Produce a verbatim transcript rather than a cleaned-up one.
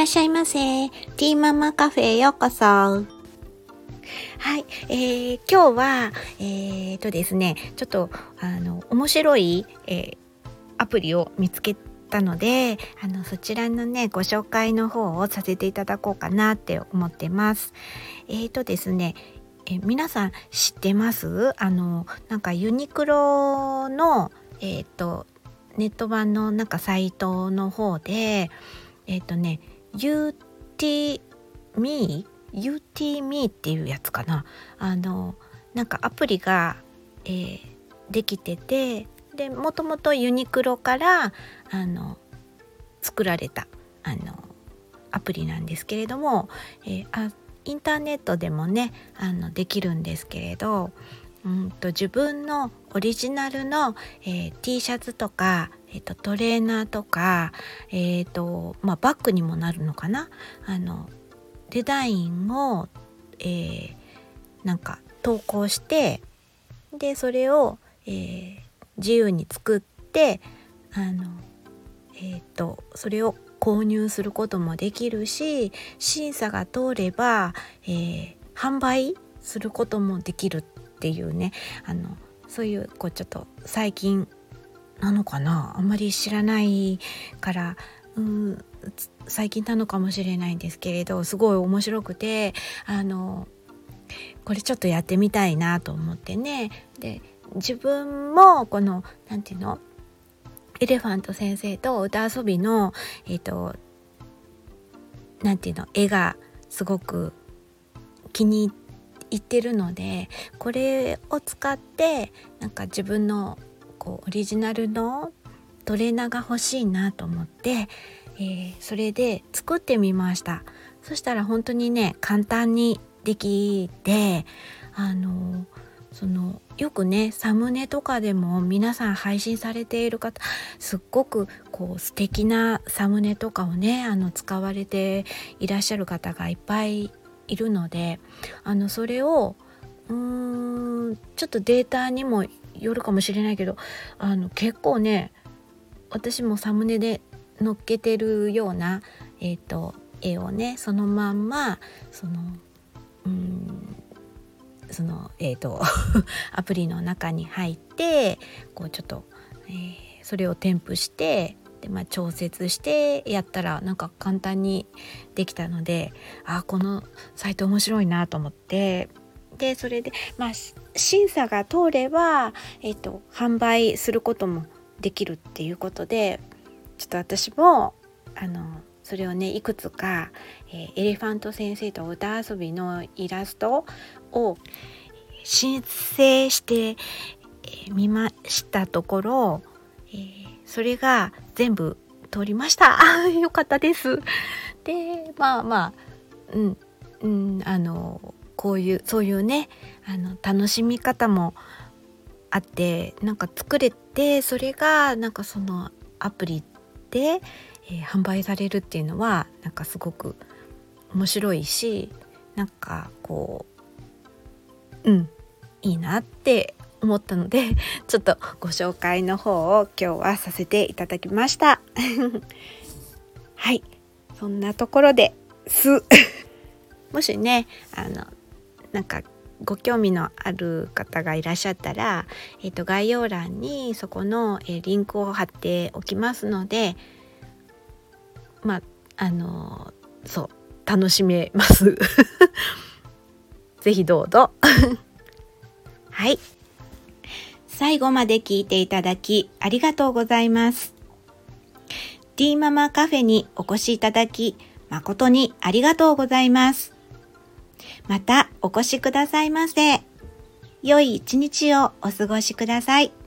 らっしゃいませ。ティーママカフェへようこそ。はい、えー、今日は、えーとですね、ちょっとあの面白い、えー、アプリを見つけたので、あのそちらのねご紹介の方をさせていただこうかなって思ってます。えーとですね、えー、皆さん知ってます？あのなんかユニクロのえーとネット版のなんかサイトの方で、えっとね ユーティーミー ユーティーミー っていうやつかな、あのなんかアプリが、えー、できてて、でもともとユニクロからあの作られたあのアプリなんですけれども、えー、あインターネットでもねあのできるんですけれど、うんと自分のオリジナルの、えー、T シャツとか、えー、とトレーナーとか、えーとまあ、バッグにもなるのかな、あのデザインを、えー、なんか投稿して、でそれを、えー、自由に作ってあの、えー、とそれを購入することもできるし、審査が通れば、えー、販売することもできるっていうね、あのそういうこうちょっと最近なのかな、あんまり知らないからうーん最近なのかもしれないんですけれど、すごい面白くて、あのこれちょっとやってみたいなと思ってね。で自分もこのなんていうの、エレファント先生と歌遊びのえっとなんていうの絵がすごく気に入ってるので、これを使ってなんか自分のこうオリジナルのトレーナーが欲しいなと思って、えー、それで作ってみました。そしたら本当にね簡単にできて、あのそのよくねサムネとかでも皆さん配信されている方、すっごくこう素敵なサムネとかをねあの使われていらっしゃる方がいっぱいいるので、あのそれをうーんちょっとデータにもよるかもしれないけど、あの結構ね私もサムネで載っけてるような、えーと、絵をねそのまんまそのうーんそのえーとアプリの中に入ってこうちょっと、えー、それを添付してで、まあ、調節してやったらなんか簡単にできたので、あこのサイト面白いなと思って、でそれで、まあ、審査が通れば、えーと、販売することもできるっていうことで、ちょっと私もあのそれをねいくつか、えー、エレファント先生と歌遊びのイラストを申請してみましたところ、えー、それが全部通りました。あよかったです。でまあまあうん、うん、あのこういうそういうねあの楽しみ方もあって、なんか作れてそれがなんかそのアプリで、えー、販売されるっていうのはなんかすごく面白いし、なんかこううんいいなって思ったので、ちょっとご紹介の方を今日はさせていただきましたはい、そんなところですもしねあのなんかご興味のある方がいらっしゃったら、えーと、概要欄にそこの、えー、リンクを貼っておきますので、まああのー、そう楽しめますぜひどうぞはい、最後まで聞いていただきありがとうございます。ティーママカフェにお越しいただき誠にありがとうございます。またお越しくださいませ。良い一日をお過ごしください。